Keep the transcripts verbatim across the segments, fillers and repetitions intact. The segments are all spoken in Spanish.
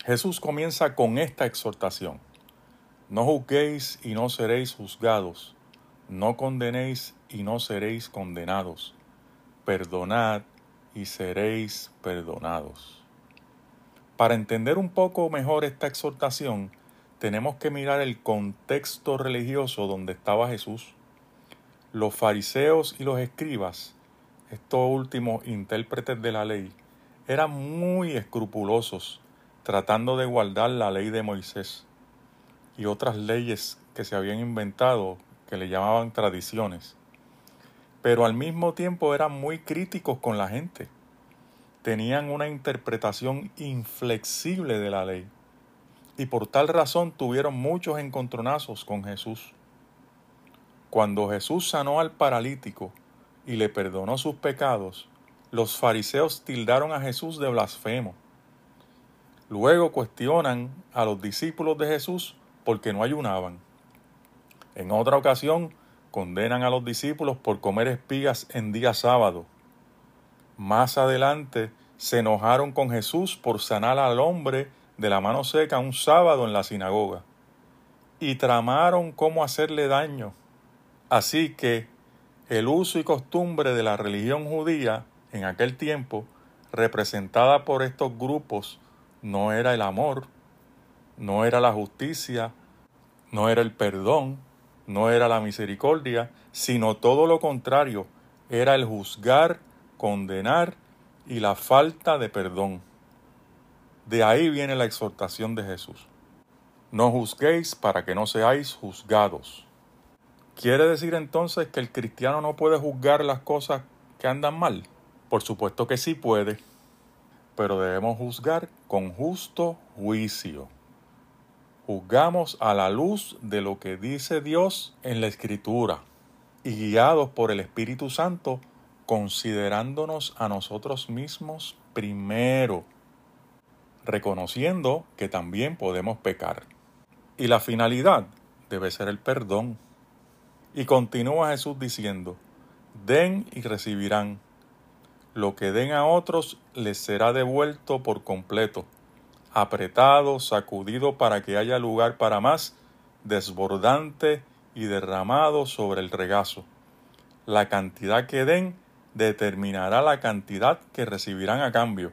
Jesús comienza con esta exhortación: no juzguéis y no seréis juzgados, no condenéis y no seréis condenados, perdonad y seréis perdonados. Para entender un poco mejor esta exhortación, tenemos que mirar el contexto religioso donde estaba Jesús. Los fariseos y los escribas, estos últimos intérpretes de la ley, eran muy escrupulosos, tratando de guardar la ley de Moisés y otras leyes que se habían inventado, que le llamaban tradiciones. Pero al mismo tiempo eran muy críticos con la gente. Tenían una interpretación inflexible de la ley y por tal razón tuvieron muchos encontronazos con Jesús. Cuando Jesús sanó al paralítico y le perdonó sus pecados, los fariseos tildaron a Jesús de blasfemo. Luego cuestionan a los discípulos de Jesús porque no ayunaban. En otra ocasión, condenan a los discípulos por comer espigas en día sábado. Más adelante, se enojaron con Jesús por sanar al hombre de la mano seca un sábado en la sinagoga. Y tramaron cómo hacerle daño. Así que el uso y costumbre de la religión judía en aquel tiempo, representada por estos grupos, no era el amor, no era la justicia, no era el perdón, no era la misericordia, sino todo lo contrario, era el juzgar, condenar y la falta de perdón. De ahí viene la exhortación de Jesús: no juzguéis para que no seáis juzgados. ¿Quiere decir entonces que el cristiano no puede juzgar las cosas que andan mal? Por supuesto que sí puede, pero debemos juzgar con justo juicio. Juzgamos a la luz de lo que dice Dios en la Escritura y guiados por el Espíritu Santo, considerándonos a nosotros mismos primero, reconociendo que también podemos pecar. Y la finalidad debe ser el perdón. Y continúa Jesús diciendo: den y recibirán. Lo que den a otros les será devuelto por completo, apretado, sacudido para que haya lugar para más, desbordante y derramado sobre el regazo. La cantidad que den determinará la cantidad que recibirán a cambio.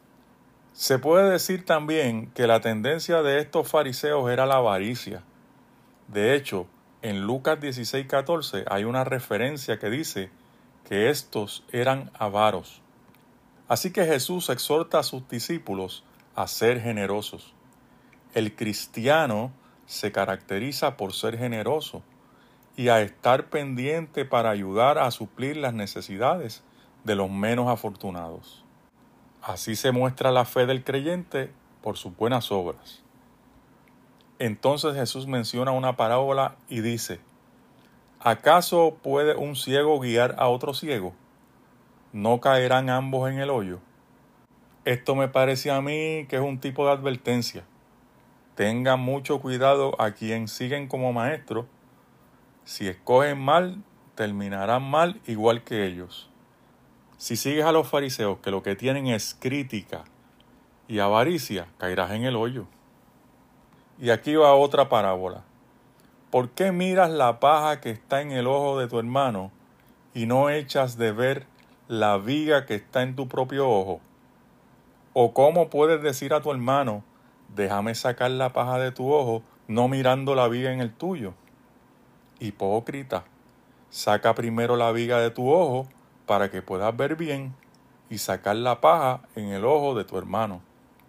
Se puede decir también que la tendencia de estos fariseos era la avaricia. De hecho, en Lucas dieciséis catorce hay una referencia que dice que estos eran avaros. Así que Jesús exhorta a sus discípulos a ser generosos. El cristiano se caracteriza por ser generoso y a estar pendiente para ayudar a suplir las necesidades de los menos afortunados. Así se muestra la fe del creyente por sus buenas obras. Entonces Jesús menciona una parábola y dice: ¿acaso puede un ciego guiar a otro ciego? ¿No caerán ambos en el hoyo? Esto me parece a mí que es un tipo de advertencia. Tengan mucho cuidado a quien siguen como maestro. Si escogen mal, terminarán mal igual que ellos. Si sigues a los fariseos, que lo que tienen es crítica y avaricia, caerás en el hoyo. Y aquí va otra parábola. ¿Por qué miras la paja que está en el ojo de tu hermano y no echas de ver la viga que está en tu propio ojo? ¿O cómo puedes decir a tu hermano: déjame sacar la paja de tu ojo, no mirando la viga en el tuyo? Hipócrita, saca primero la viga de tu ojo para que puedas ver bien y sacar la paja en el ojo de tu hermano.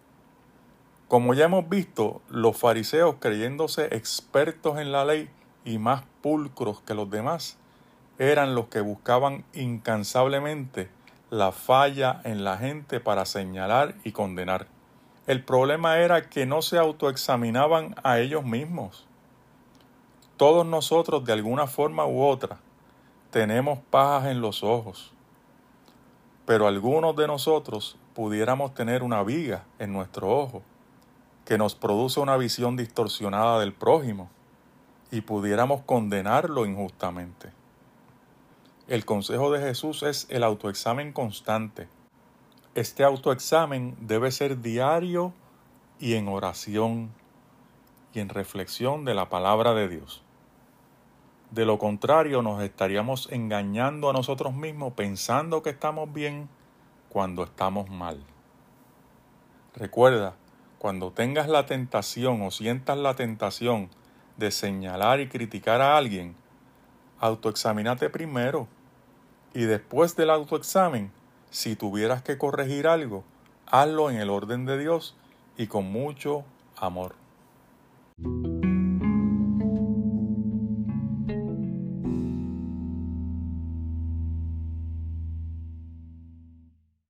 Como ya hemos visto, los fariseos, creyéndose expertos en la ley y más pulcros que los demás, eran los que buscaban incansablemente la falla en la gente para señalar y condenar. El problema era que no se autoexaminaban a ellos mismos. Todos nosotros, de alguna forma u otra, tenemos pajas en los ojos, pero algunos de nosotros pudiéramos tener una viga en nuestro ojo que nos produce una visión distorsionada del prójimo y pudiéramos condenarlo injustamente. El consejo de Jesús es el autoexamen constante. Este autoexamen debe ser diario y en oración y en reflexión de la palabra de Dios. De lo contrario, nos estaríamos engañando a nosotros mismos pensando que estamos bien cuando estamos mal. Recuerda, cuando tengas la tentación o sientas la tentación de señalar y criticar a alguien, autoexamínate primero y después del autoexamen, si tuvieras que corregir algo, hazlo en el orden de Dios y con mucho amor.